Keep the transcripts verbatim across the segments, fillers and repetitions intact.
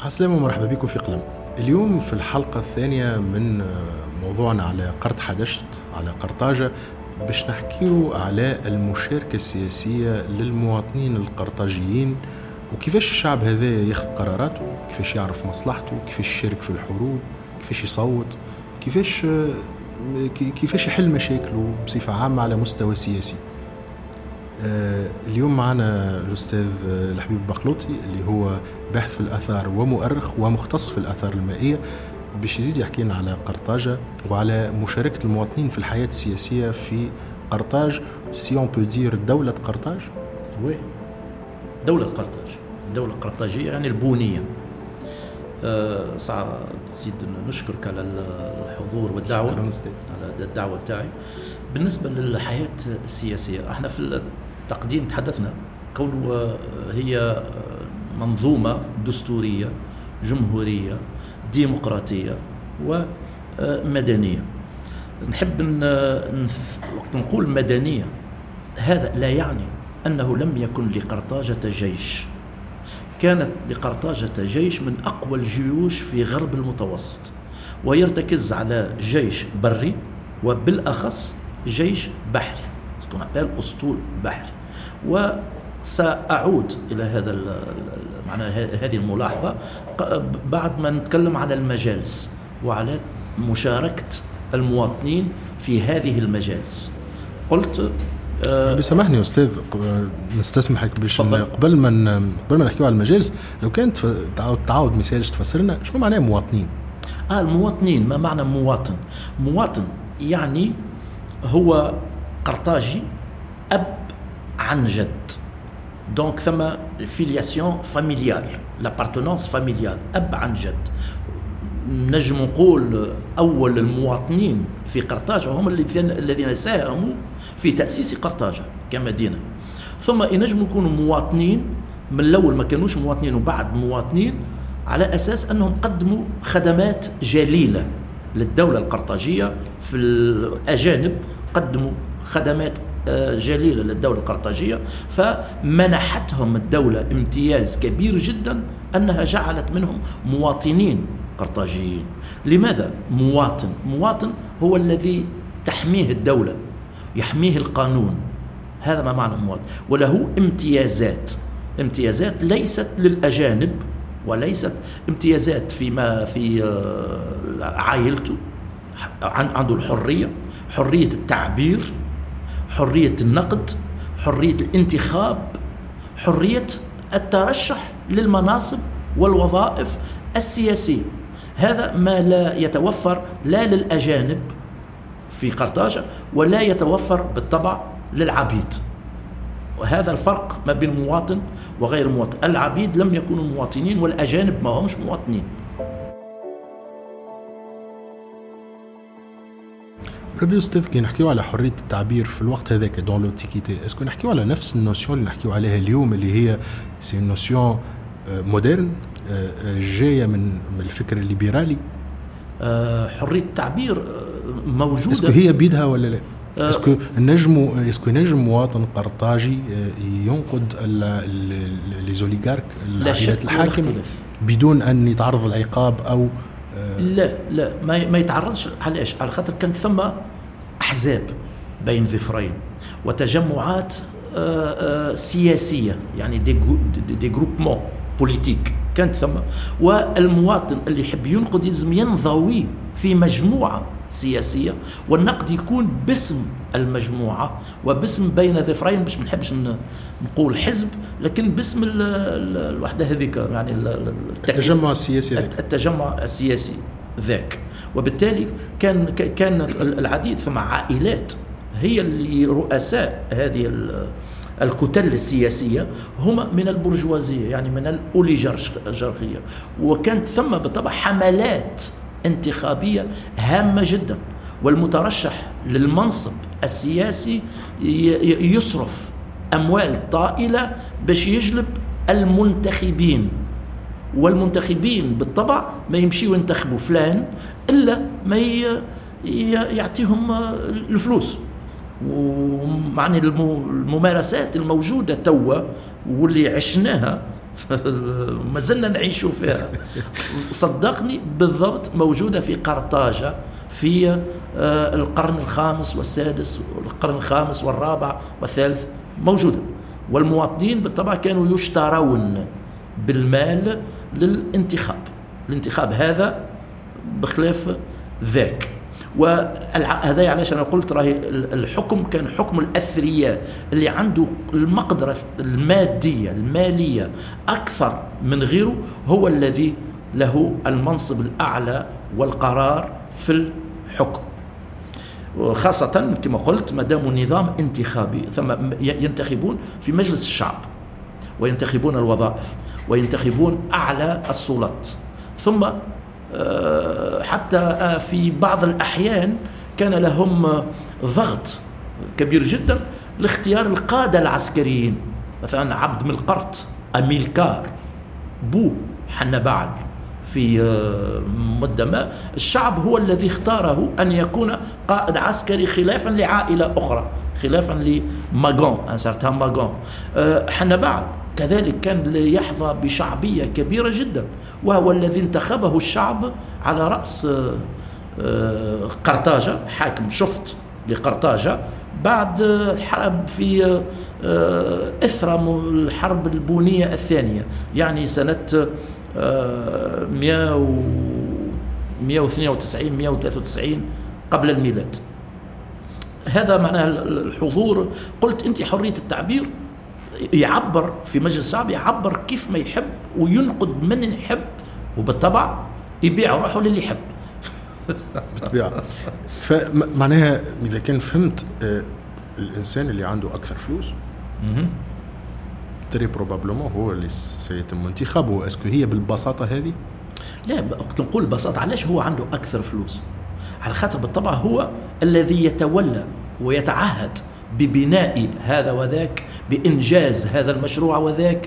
السلام ومرحبا بكم في قلم. اليوم في الحلقة الثانية من موضوعنا على قرط حدشت، على قرطاجة، باش نحكيو على المشاركة السياسية للمواطنين القرطاجيين، وكيفاش الشعب هذا ياخذ قراراته، كيفاش يعرف مصلحته، كيفاش يشارك في الحروب، كيفاش يصوت، كيفاش كيفاش يحل مشاكله بصفة عامة على مستوى سياسي. اليوم معنا الأستاذ الحبيب بقلوطي اللي هو باحث في الآثار ومؤرخ ومختص في الآثار المائية، باش يزيد يحكي لنا على قرطاجة وعلى مشاركة المواطنين في الحياة السياسية في قرطاج. سي اون بو دير دولة قرطاج. وي دولة قرطاج، الدولة القرطاجية يعني البونية. أه صعب نزيد نشكرك على الحضور والدعوة، على الدعوة بتاعي. بالنسبة للحياة السياسية، احنا في التقديم تحدثنا كونه هي منظومة دستورية جمهورية ديمقراطية ومدنية. نحب وقت نقول مدنية هذا لا يعني أنه لم يكن لقرطاجة جيش. كانت لقرطاجة جيش من أقوى الجيوش في غرب المتوسط، ويرتكز على جيش بري وبالأخص جيش بحري، أسطول بحري. وسأعود إلى هذا معنى هذه الملاحظة بعد ما نتكلم على المجالس وعلى مشاركة المواطنين في هذه المجالس. قلت أه بسمحني أستاذ، نستسمحك باش قبل ما قبل ما نحكيو على المجالس، لو كانت تعاود تعاود مثال تفسر لنا شنو معناه مواطنين؟ آه المواطنين، ما معنى مواطن؟ مواطن يعني هو قرطاجي أب عن جد، دونك ثم فيلياسيون فاميليال، لابارتونانس فاميليال، أب عن جد. نجم نقول أول المواطنين في قرطاجة هم الذين ساهموا في تأسيس قرطاجة كمدينة. ثم ينجم يكونوا مواطنين من الأول، ما كانوش مواطنين وبعد مواطنين، على أساس أنهم قدموا خدمات جليلة للدولة القرطاجية. في الأجانب قدموا خدمات جليلة للدولة القرطاجية، فمنحتهم الدولة امتياز كبير جدا أنها جعلت منهم مواطنين قرطاجيين. لماذا مواطن؟ مواطن هو الذي تحميه الدولة، يحميه القانون، هذا ما معنى مواطن. وله امتيازات، امتيازات ليست للأجانب وليست امتيازات فيما في عائلته. عنده الحرية، حرية التعبير، حرية النقد، حرية الانتخاب، حرية الترشح للمناصب والوظائف السياسية. هذا ما لا يتوفر لا للأجانب في قرطاجة ولا يتوفر بالطبع للعبيد. وهذا الفرق ما بين المواطن وغير المواطن. العبيد لم يكونوا مواطنين والأجانب ما همش مواطنين. ربي أستاذ، كي نحكيو على حرية التعبير في الوقت هذاك دون لوتيكيتي، اسكو نحكيو على نفس النوسيون اللي نحكيو عليها اليوم، اللي هي سي نوسيون مودرن جاية من من الفكر الليبرالي؟ حرية التعبير موجودة. اسكو هي بيدها ولا لا؟ اسكو نجمو اسكو نجم مواطن قرطاجي ينقد لي زوليغارك، العائلات الحاكمة، بدون أن يتعرض العقاب أو لا لا ما ما يتعرضش. علاش؟ على خاطر كان ثم أحزاب بين ظفرين وتجمعات سياسية، يعني دي دي جروبمون بوليتيك كانت ثم. والمواطن اللي يحب ينقد يلزم ينضوي في مجموعة سياسية، والنقد يكون باسم المجموعة وباسم بين ظفرين، باش ما نحبش نقول حزب، لكن باسم الوحدة هذيك، يعني التجمع السياسي ذاك. التجمع السياسي ذاك. وبالتالي كان كان العديد ثم عائلات هي اللي رؤساء هذه الكتل السياسية هم من البرجوازية، يعني من الأوليغارشية. وكانت ثم بالطبع حملات انتخابية هامة جدا، والمترشح للمنصب السياسي يصرف أموال طائلة باش يجلب المنتخبين، والمنتخبين بالطبع ما يمشيوا ينتخبوا فلان إلا ما يعطيهم الفلوس. ومعني الممارسات الموجودة توا واللي عشناها ما زلنا نعيش فيها. صدقني بالضبط موجودة في قرطاجة في القرن الخامس والسادس والقرن الخامس والرابع والثالث موجودة. والمواطنين بالطبع كانوا يشترون بالمال للانتخاب. الانتخاب هذا بخلاف ذاك. وهذا علاش أنا قلت راهي الحكم كان حكم الأثرياء اللي عنده المقدرة المادية المالية أكثر من غيره، هو الذي له المنصب الأعلى والقرار في الحكم. وخاصة كما قلت ما دام نظام انتخابي، ثم ينتخبون في مجلس الشعب وينتخبون الوظائف وينتخبون أعلى السلطات، ثم حتى في بعض الأحيان كان لهم ضغط كبير جدا لاختيار القادة العسكريين. مثلا عبد ملقرط أميلكار بو حنبعل في مدة ما الشعب هو الذي اختاره أن يكون قائد عسكري خلافا لعائلة أخرى، خلافا لماغون أنسرتها ماغون. حنبعل كذلك كان يحظى بشعبية كبيرة جدا، وهو الذي انتخبه الشعب على رأس قرطاجة حاكم شفط لقرطاجة بعد الحرب في إثر الحرب البونية الثانية، يعني سنة مئة واثنين وتسعين مئة وثلاثة وتسعين قبل الميلاد. هذا معناه الحضور. قلت أنت حرية التعبير، يعبر في مجلس الشعب، يعبر كيف ما يحب وينقد من يحب، وبالطبع يبيع روحه للي يحب. فمعناها إذا كان فهمت الإنسان اللي عنده أكثر فلوس تري بروبابلومون هو اللي سيتم انتخابه. اسكو هي بالبساطة هذه؟ لا، وقت نقول ببساطة علاش هو عنده أكثر فلوس؟ على خاطر بالطبع هو الذي يتولى ويتعهد ببناء هذا وذاك، بإنجاز هذا المشروع وذاك،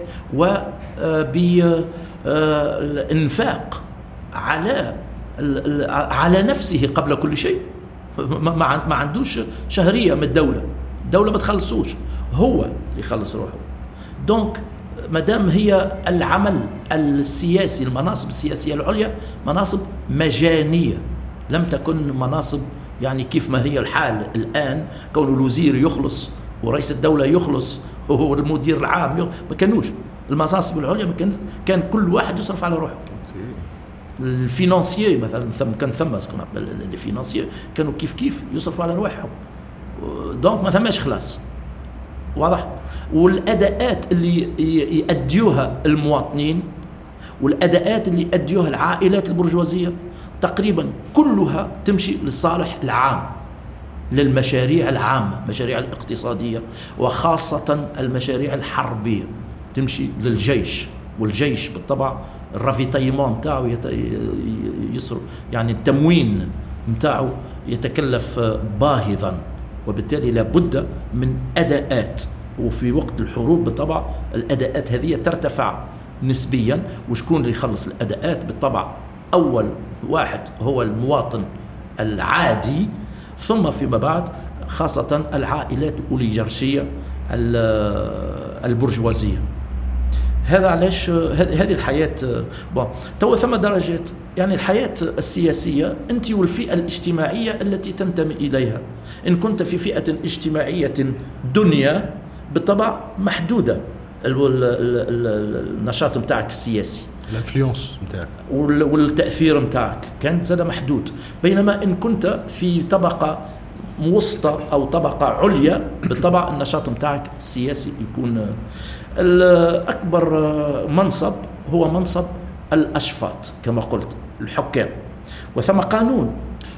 وبالإنفاق على على نفسه قبل كل شيء. ما عندوش شهرية من الدولة، الدولة ما تخلصوش، هو اللي يخلص روحه. دونك مادام هي العمل السياسي، المناصب السياسية العليا مناصب مجانية، لم تكن مناصب يعني كيف ما هي الحال الآن، كون الوزير يخلص ورئيس الدولة يخلص وهو المدير العام، ما كانوش المناصب العليا، ما كان كان كل واحد يصرف على روحه. الفينانسيي مثلا ثم كان ثم الفينانسيي كانوا كيف كيف يصرفوا على روحهم، دونك ما ثماش خلاص، واضح. والأداءات اللي يؤديوها المواطنين والأداءات اللي يؤديوها العائلات البرجوازية تقريبا كلها تمشي للصالح العام، للمشاريع العامة، المشاريع الاقتصادية وخاصة المشاريع الحربية تمشي للجيش. والجيش بالطبع الرافيتايمون متاعو يصرف، يعني التموين متاعو يتكلف باهظا، وبالتالي لابد من أداءات. وفي وقت الحروب بالطبع الأداءات هذه ترتفع نسبيا. وشكون اللي يخلص الأداءات؟ بالطبع أول واحد هو المواطن العادي، ثم فيما بعد خاصة العائلات الأوليغارشية البرجوازية. هذا علاش هذه الحياة. تو ثم درجات، يعني الحياة السياسية أنت والفئة الاجتماعية التي تنتمي إليها. إن كنت في فئة اجتماعية دنيا بالطبع محدودة النشاط متاعك السياسي، الانفلونس متاعك والتأثير متاعك كانت زاد محدود. بينما إن كنت في طبقة وسطى أو طبقة عليا بالطبع النشاط متاعك السياسي يكون. الأكبر منصب هو منصب الأشفاط كما قلت، الحكام. وثم قانون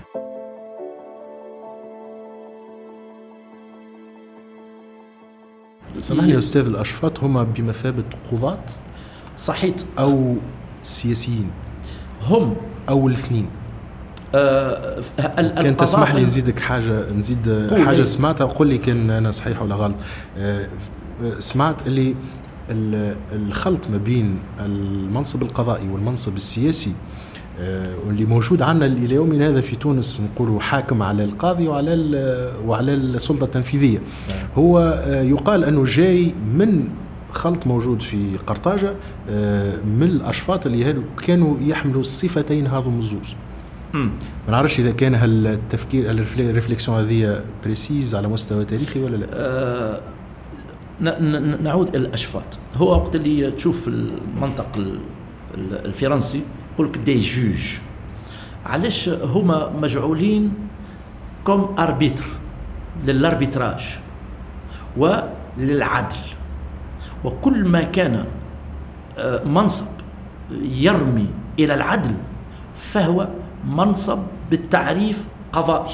سامحني يا أستاذ، الأشفاط هما بمثابة قضاة صحيح أو سياسيين؟ هم أو الاثنين. آه كان تسمح لي نزيدك حاجة، نزيد حاجة سمعتها، قل لي كان أنا صحيح ولا غلط. آه سمعت اللي الخلط ما بين المنصب القضائي والمنصب السياسي واللي موجود عندنا الى يومنا هذا في تونس، نقولوا حاكم على القاضي وعلى وعلى السلطه التنفيذيه، هو يقال انه جاي من خلط موجود في قرطاجة من الأشفاط اللي كانوا يحملوا الصفتين هذم الزوز. ما نعرفش إذا كان هالتفكير الريفليكسيون هذه بريسيز على مستوى تاريخي ولا لا. أه نعود إلى الأشفاط. هو وقت اللي تشوف المنطق الفرنسي يقولك دي جوج، علاش هما مجعولين كوم أربيتر للاربيتراج وللعدل، وكل ما كان منصب يرمي إلى العدل فهو منصب بالتعريف قضائي.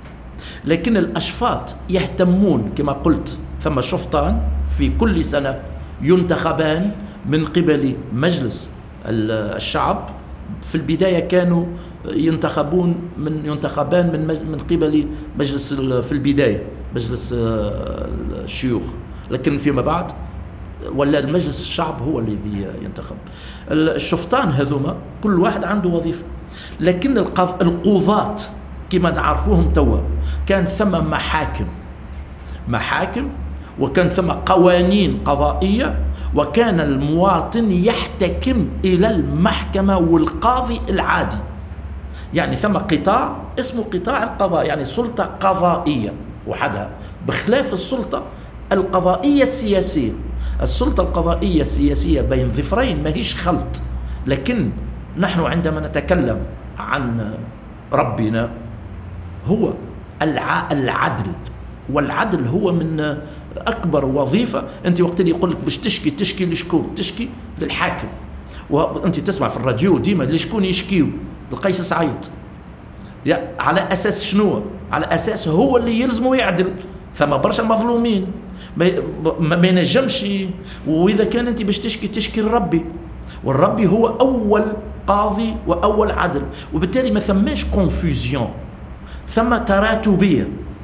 لكن الأشفاط يهتمون كما قلت، ثم شفطان في كل سنة ينتخبان من قبل مجلس الشعب. في البداية كانوا ينتخبون من ينتخبان من من قبل مجلس في البداية مجلس الشيوخ، لكن فيما بعد ولا المجلس الشعب هو الذي ينتخب. الشفطان هذوما كل واحد عنده وظيفة، لكن القضاة كما نعرفوهم توا كان ثم محاكم محاكم وكان ثم قوانين قضائية، وكان المواطن يحتكم إلى المحكمة والقاضي العادي. يعني ثم قطاع اسمه قطاع القضاء، يعني سلطة قضائية وحدها، بخلاف السلطة القضائية السياسية. السلطة القضائية السياسية بين ظفرين ما هيش خلط، لكن نحن عندما نتكلم عن ربنا هو العدل، والعدل هو من أكبر وظيفة. أنت وقت اللي يقول لك باش تشكي تشكي لشكون؟ تشكي للحاكم. وأنت تسمع في الراديو ديما لشكون يشكيو؟ لقيس سعيد. يعني على أساس شنو؟ على أساس هو اللي يلزمه يعدل، ثم برشا مظلومين ما, ما ينجمش. وإذا كان أنت باش تشكي تشكي الربي، والربي هو أول قاضي وأول عدل، وبالتالي ما ثماش كونفوزيون، ثم تراتبية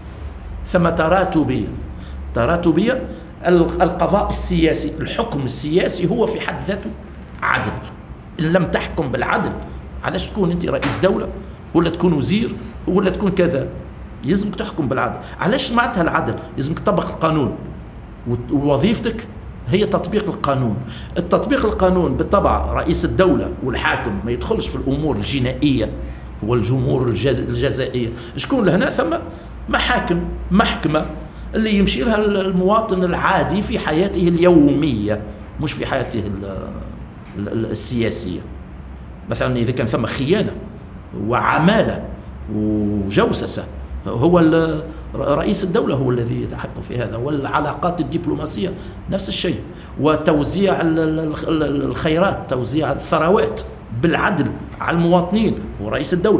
ثم تراتبية تراتبية القضاء السياسي، الحكم السياسي هو في حد ذاته عدل. إن لم تحكم بالعدل علاش تكون أنت رئيس دولة ولا تكون وزير ولا تكون كذا؟ يلزمك تحكم بالعدل. علاش معناتها العدل؟ يلزمك تطبق القانون، ووظيفتك هي تطبيق القانون. التطبيق القانون بالطبع رئيس الدولة والحاكم ما يدخلش في الأمور الجنائية والجمهور الجزائية. شكون لهنا؟ ثم محاكم، محكمة اللي يمشي لها المواطن العادي في حياته اليومية، مش في حياته السياسية. مثلا إذا كان ثم خيانة وعمالة وجوسسة، هو رئيس الدولة هو الذي يتحكم في هذا. والعلاقات الدبلوماسية نفس الشيء، وتوزيع الخيرات، توزيع الثروات بالعدل على المواطنين هو رئيس الدولة.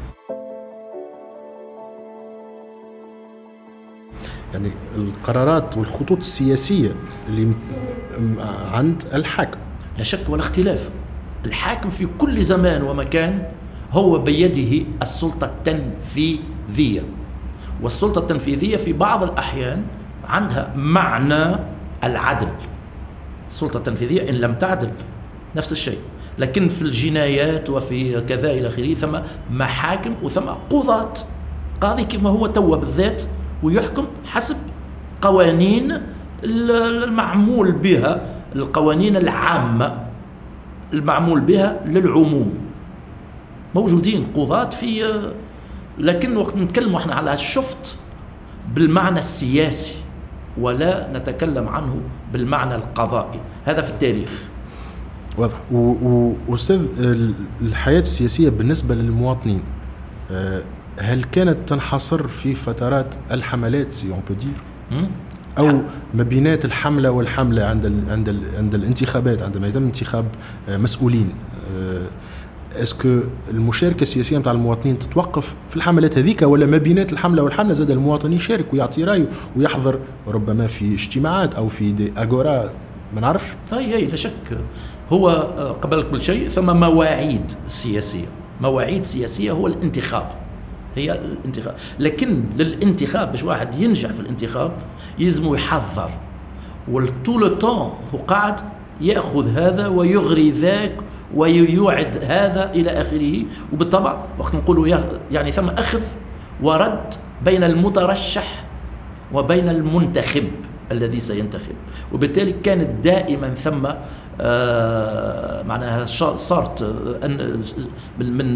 يعني القرارات والخطوط السياسية اللي عند الحاكم لا شك ولا اختلاف. الحاكم في كل زمان ومكان هو بيده السلطة التنفيذية، والسلطة التنفيذية في بعض الأحيان عندها معنى العدل. السلطة التنفيذية إن لم تعدل نفس الشيء، لكن في الجنايات وفي كذا إلى آخره ثم محاكم وثم قضاة. قاضي كما هو توا بالذات ويحكم حسب قوانين المعمول بها، القوانين العامة المعمول بها للعموم. موجودين قضاة في، لكن وقت نتكلم احنا على الشفط بالمعنى السياسي ولا نتكلم عنه بالمعنى القضائي. هذا في التاريخ واضح. وأستاذ، الحياة السياسية بالنسبة للمواطنين هل كانت تنحصر في فترات الحملات سي اون بو دير، أو مبينات الحملة والحملة عند ال عند ال عند الانتخابات، عندما يتم انتخاب مسؤولين؟ اسكو المشاركة السياسية متاع المواطنين تتوقف في الحملات هذيك، ولا مبينات الحملة والحملة زاد المواطن يشارك ويعطي رأيه ويحضر ربما في اجتماعات أو في دي أغورا؟ ما نعرفش. أي أي لا شك. هو قبل كل شيء ثم مواعيد سياسية. مواعيد سياسية هو الانتخاب، هي الانتخاب. لكن للانتخاب باش واحد ينجح في الانتخاب يلزمه يحضر، والطول الطون هو قاعد يأخذ هذا ويغري ذاك ويوعد هذا إلى آخره. وبالطبع وقت نقولوا يعني ثم أخذ ورد بين المترشح وبين المنتخب. الذي سينتخب. وبالتالي كانت دائما ثم آه معناها صارت آه من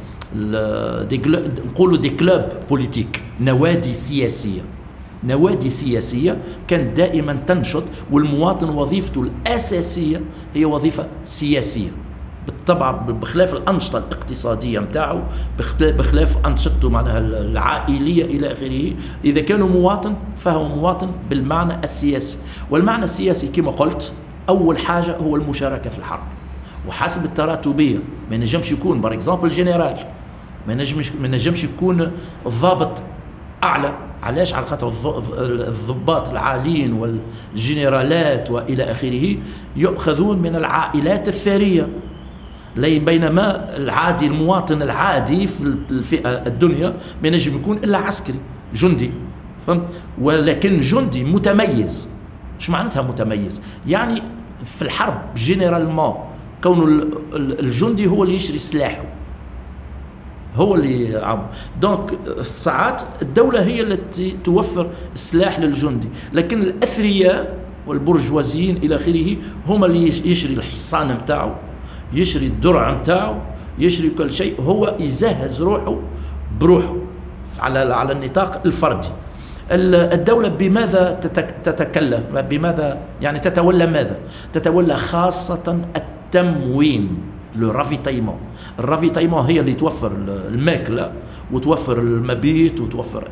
نقولوا دي كلوب بوليتيك، نوادي سياسية نوادي سياسية كانت دائما تنشط، والمواطن وظيفته الأساسية هي وظيفة سياسية بالطبع، بخلاف الأنشطة الاقتصادية متاعه، بخلاف أنشطته معناها العائلية إلى آخره. إذا كانوا مواطن فهو مواطن بالمعنى السياسي، والمعنى السياسي كما قلت أول حاجة هو المشاركة في الحرب، وحسب التراتبية. ما نجمش يكون بار اكزامبل جنرال، ما نجمش ما نجمش يكون الضابط أعلى. علاش؟ على خاطر الضباط العاليين والجنرالات والى اخره يؤخذون من العائلات الثريه، بينما العادي المواطن العادي في الفئه الدنيا ما ينجم يكون الا عسكري جندي، فهمت؟ ولكن جندي متميز. ايش معناتها متميز؟ يعني في الحرب جينيرالمون كون الجندي هو اللي يشري سلاحه، هو اللي عم دونك ساعات الدولة هي التي توفر السلاح للجندي، لكن الأثرياء والبرجوازيين إلى آخره هم اللي يشري الحصان متاعه، يشري الدرع متاعه، يشري كل شيء، هو يجهز روحه بروحه على على النطاق الفردي. الدولة بماذا تتكلم؟ بماذا يعني تتولى ماذا؟ تتولى خاصة التموين، لو رافيتايمون. الرافيتايمون هي اللي توفر الماكله وتوفر المبيت وتوفر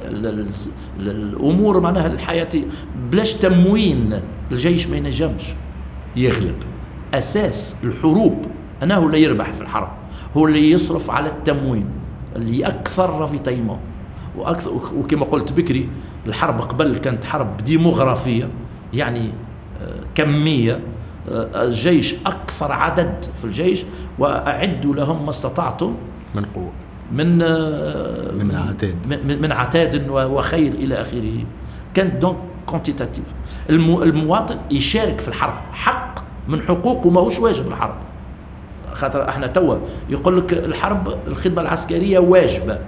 الامور معناها الحياتيه. بلاش تموين الجيش ما ينجمش يغلب. اساس الحروب انه لا يربح في الحرب، هو اللي يصرف على التموين، اللي اكثر رافيتايمون واكثر. وكما قلت بكري الحرب قبل كانت حرب ديموغرافيه، يعني كميه. الجيش أكثر عدد في الجيش، وأعدوا لهم ما استطعتم من قوة، من من عتاد من, من عتاد وخيل إلى آخره. كانت دونك كونتيتاتيف. المواطن يشارك في الحرب، حق من حقوقه، ما هوش واجب الحرب. خاطر احنا توا يقول لك الحرب الخدمة العسكرية واجبة.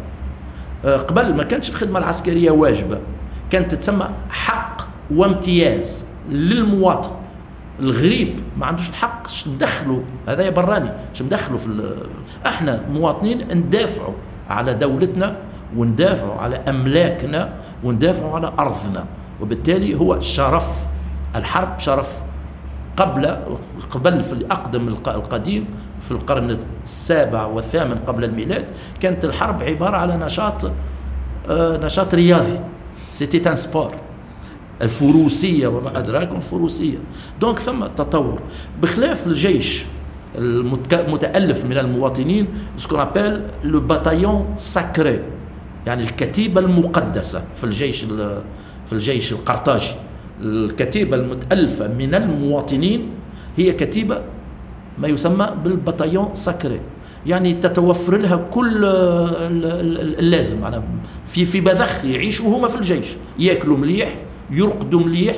قبل ما كانتش الخدمة العسكرية واجبة، كانت تسمى حق وامتياز للمواطن. الغريب ما عندوش الحق اش ندخلوا، هذا يا براني اش ندخلوا في احنا مواطنين ندافعوا على دولتنا وندافعوا على املاكنا وندافعوا على ارضنا، وبالتالي هو شرف. الحرب شرف. قبل قبل في الاقدم القديم في القرن السابع والثامن قبل الميلاد كانت الحرب عباره على نشاط آه نشاط رياضي، سيتي ان سبور، الفروسية وما أدراك الفروسية. دونك ثم تطور، بخلاف الجيش المتألف من المواطنين، سكون أبل لو باتايون ساكري، يعني الكتيبة المقدسة في الجيش في الجيش القرطاجي. الكتيبة المتألفة من المواطنين هي كتيبة ما يسمى بالباتايون ساكري، يعني تتوفر لها كل اللازم. أنا في في بذخ يعيشوا هما في الجيش، يأكلوا مليح، يرقدوا مليح،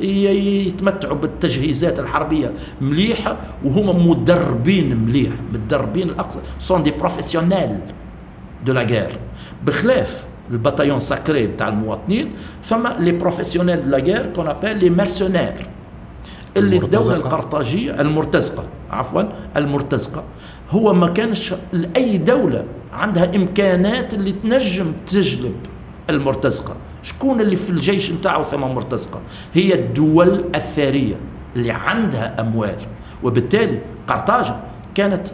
يتمتعوا بالتجهيزات الحربية مليحة، وهم مدربين مليح، متدربين الأقصى، سون دي بروفيسيونيل دو لا غير. بخلاف الباتايون ساكري بتاع المواطنين، ثم لي بروفيسيونيل دو لا غير كون ابل لي ميرسونير، اللي الدولة القرطاجية المرتزقة عفوا المرتزقة هو ما كانش لأي دولة عندها إمكانات اللي تنجم تجلب المرتزقة. شكون اللي في الجيش نتاعو ثم مرتزقة؟ هي الدول الثرية اللي عندها أموال، وبالتالي قرطاجة كانت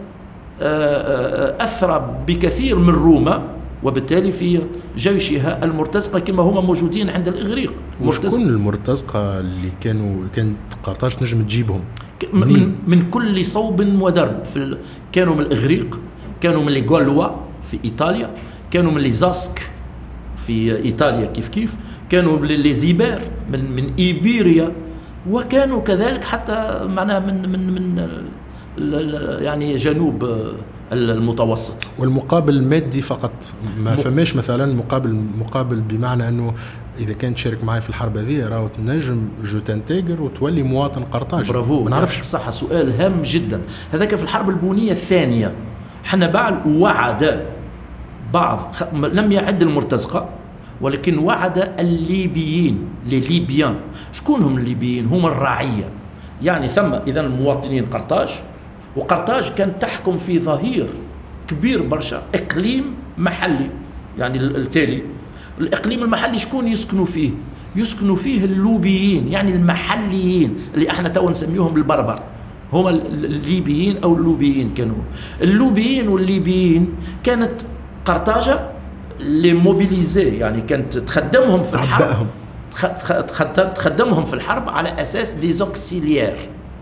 أثرى بكثير من روما، وبالتالي في جيشها المرتزقة كما هم موجودين عند الإغريق. وشكون المرتزقة اللي كانوا كانت قرطاج نجم تجيبهم؟ من, من كل صوب ودرب. في كانوا من الإغريق، كانوا من الغولوا في إيطاليا، كانوا من ليزاسك في إيطاليا كيف كيف، كانوا ليزيبار من من إيبيريا، وكانوا كذلك حتى معنا من من من يعني جنوب المتوسط. والمقابل المادي فقط، ما فماش مثلا مقابل مقابل بمعنى انه اذا كان تشارك معي في الحرب هذه راهو تنجم جو تنتاجر وتولي مواطن قرطاجي. برافو، ما نعرفش صح، سؤال هام جدا هذاك. في الحرب البونيه الثانيه حنا بعد وعد بعض، لم يعد المرتزقه ولكن وعد الليبيين لليبيان. شكون هم الليبيين؟ هم الرعية. يعني ثم إذن المواطنين قرطاج، وقرطاج كانت تحكم في ظهير كبير برشا إقليم محلي. يعني التالي الإقليم المحلي شكون يسكنوا فيه؟ يسكنوا فيه اللوبيين، يعني المحليين اللي احنا تو نسميهم البربر، هم الليبيين أو اللوبيين. كانوا اللوبيين والليبيين كانت قرطاجة لي موبيليزي، يعني كانت تخدمهم في الحرب، تخدمهم في الحرب على أساس دي زوكسيليير،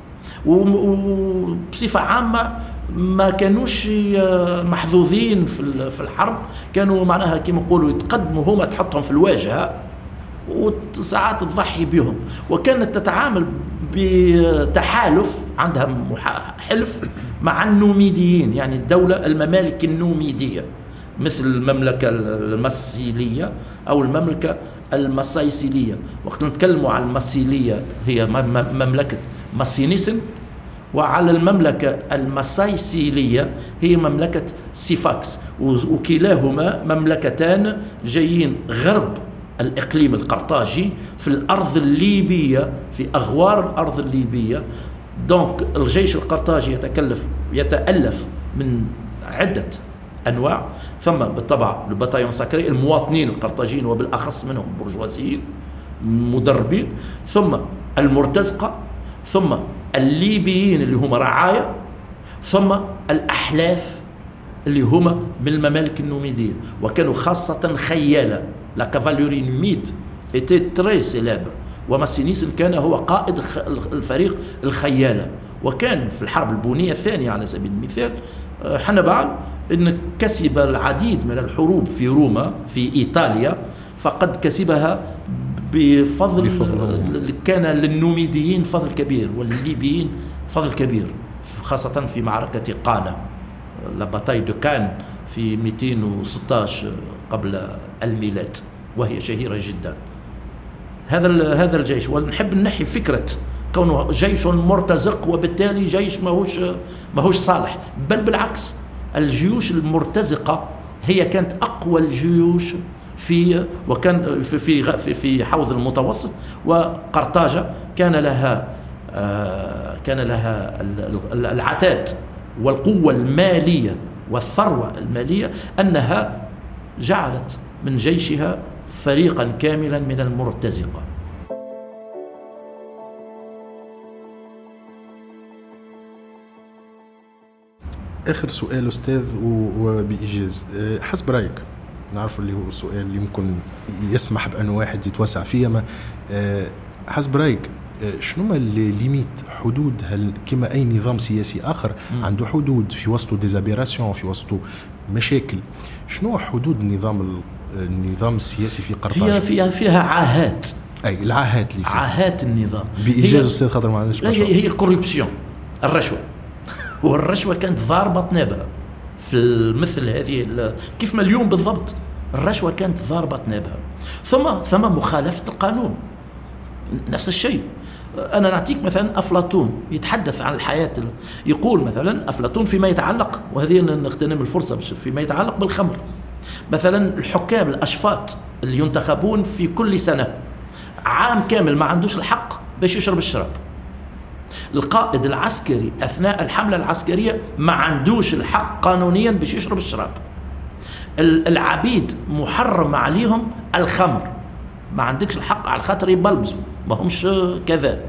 وبصفة عامة ما كانوش محظوظين في الحرب، كانوا معناها كما نقولوا يتقدموا هما، تحطهم في الواجهة وساعات تضحي بهم. وكانت تتعامل بتحالف، عندها حلف مع النوميديين، يعني الدولة الممالك النوميدية، مثل المملكة المسيلية أو المملكة المسايسيلية. وقت نتكلموا عن المسيلية هي مملكة مسينيسن، وعلى المملكة المسايسيلية هي مملكة سيفاكس، وكلاهما مملكتان جايين غرب الإقليم القرطاجي في الأرض الليبية، في أغوار الأرض الليبية. دونك الجيش القرطاجي يتكلف يتألف من عدة أنواع، ثم بالطبع البطايون ساكري، المواطنين القرطاجيين وبالأخص منهم برجوازيين مدربين، ثم المرتزقة، ثم الليبيين اللي هم رعاية، ثم الأحلاف اللي هم من الممالك النوميدية، وكانوا خاصة خيالة. لا كافاليوري نوميد était très célèbre، وماسينيسن كان هو قائد الفريق الخيالة. وكان في الحرب البونية الثانية على سبيل المثال حنبال إن كسب العديد من الحروب في روما في إيطاليا، فقد كسبها بفضل, بفضل كان للنوميديين فضل كبير والليبيين فضل كبير، خاصة في معركة قانا، لا باتاي دو كان في مئتين وستة عشر قبل الميلاد، وهي شهيرة جدا. هذا هذا الجيش، ونحب نحي فكرة كونه جيش مرتزق وبالتالي جيش ماهوش ماهوش صالح، بل بالعكس، الجيوش المرتزقة هي كانت أقوى الجيوش في وكان في في في حوض المتوسط. وقرطاجة كان لها كان لها العتاد والقوة المالية والثروة المالية، أنها جعلت من جيشها فريقا كاملا من المرتزقة. آخر سؤال أستاذ وبإيجاز، حسب رأيك، نعرف اللي هو سؤال يمكن يسمح بأن واحد يتوسع فيه، ما حسب رأيك شنو اللي ليميت حدود هل كما أي نظام سياسي آخر م. عنده حدود في وسطه ديزابيراسيون، في وسطه مشاكل، شنو حدود النظام النظام السياسي في قرطاج؟ هي فيها فيها عاهات، أي العاهات اللي فيها عاهات النظام. بإيجاز أستاذ خاطر ما عندناش. هي هي الكوريبسيون، الرشوة. والرشوة كانت ضاربة نابها في مثل هذه، كيف ما اليوم بالضبط الرشوة كانت ضاربة نابها. ثم ثم مخالفة القانون، نفس الشيء. أنا نعطيك مثلا أفلاطون يتحدث عن الحياة، يقول مثلا أفلاطون فيما يتعلق، وهذه نغتنم الفرصة فيما يتعلق بالخمر، مثلا الحكام الأشفاط اللي ينتخبون في كل سنة عام كامل ما عندوش الحق باش يشرب الشراب. القائد العسكري أثناء الحملة العسكرية ما عندوش الحق قانونيا باش يشرب الشراب. العبيد محرم عليهم الخمر، ما عندكش الحق على خاطر يبلبسوا، ما همش كذا.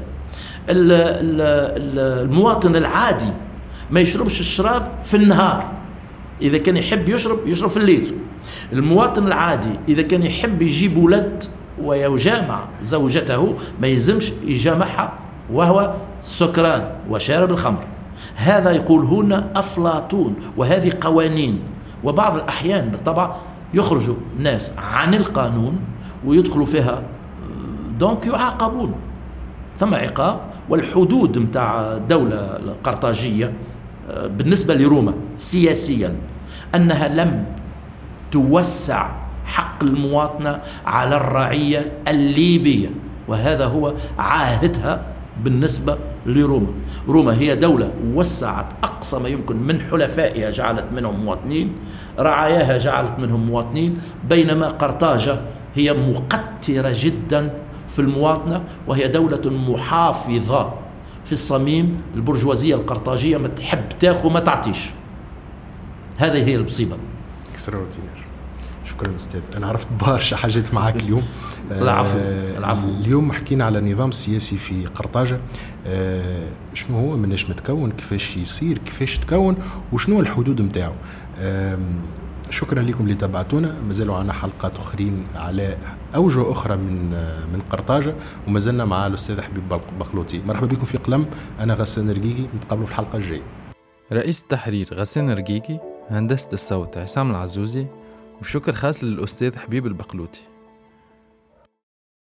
المواطن العادي ما يشربش الشراب في النهار، إذا كان يحب يشرب يشرب في الليل. المواطن العادي إذا كان يحب يجيب ولد ويجامع زوجته ما يلزمش يجامعها وهو سكران وشارب الخمر. هذا يقولون أفلاطون، وهذه قوانين. وبعض الأحيان بالطبع يخرجوا ناس عن القانون ويدخلوا فيها، دونك يعاقبون، ثم عقاب. والحدود متاع الدولة القرطاجية بالنسبة لروما سياسيا أنها لم توسع حق المواطنة على الرعية الليبية، وهذا هو عاهدها بالنسبة لروما. روما هي دولة وسعت أقصى ما يمكن من حلفائها، جعلت منهم مواطنين، رعاياها جعلت منهم مواطنين، بينما قرطاجة هي مقترة جدا في المواطنة، وهي دولة محافظة في الصميم. البرجوازية القرطاجية ما تحب تاخو ما تعطيش. هذه هي المصيبة. اكستراوردينير. شكرا أستاذ، أنا عرفت برشا حاجات معاك اليوم. العفو. العفو. اليوم حكينا على النظام السياسي في قرطاجة، آه شنو هو، مناش متكون، كيفاش يصير، كيفاش تكون، وشنو الحدود متاعه. آه شكرا لكم اللي تابعتونا. مازالوا عنا حلقات أخرين على أوجه أخرى من من قرطاجة، ومازلنا مع الأستاذ حبيب بقلوطي. مرحبا بكم في قلم. أنا غسان رقيقي، نتقابلوا في الحلقة الجاية. رئيس التحرير غسان رقيقي، هندسة الصوت عصام العزوزي، وشكر خاص للأستاذ حبيب البقلوطي.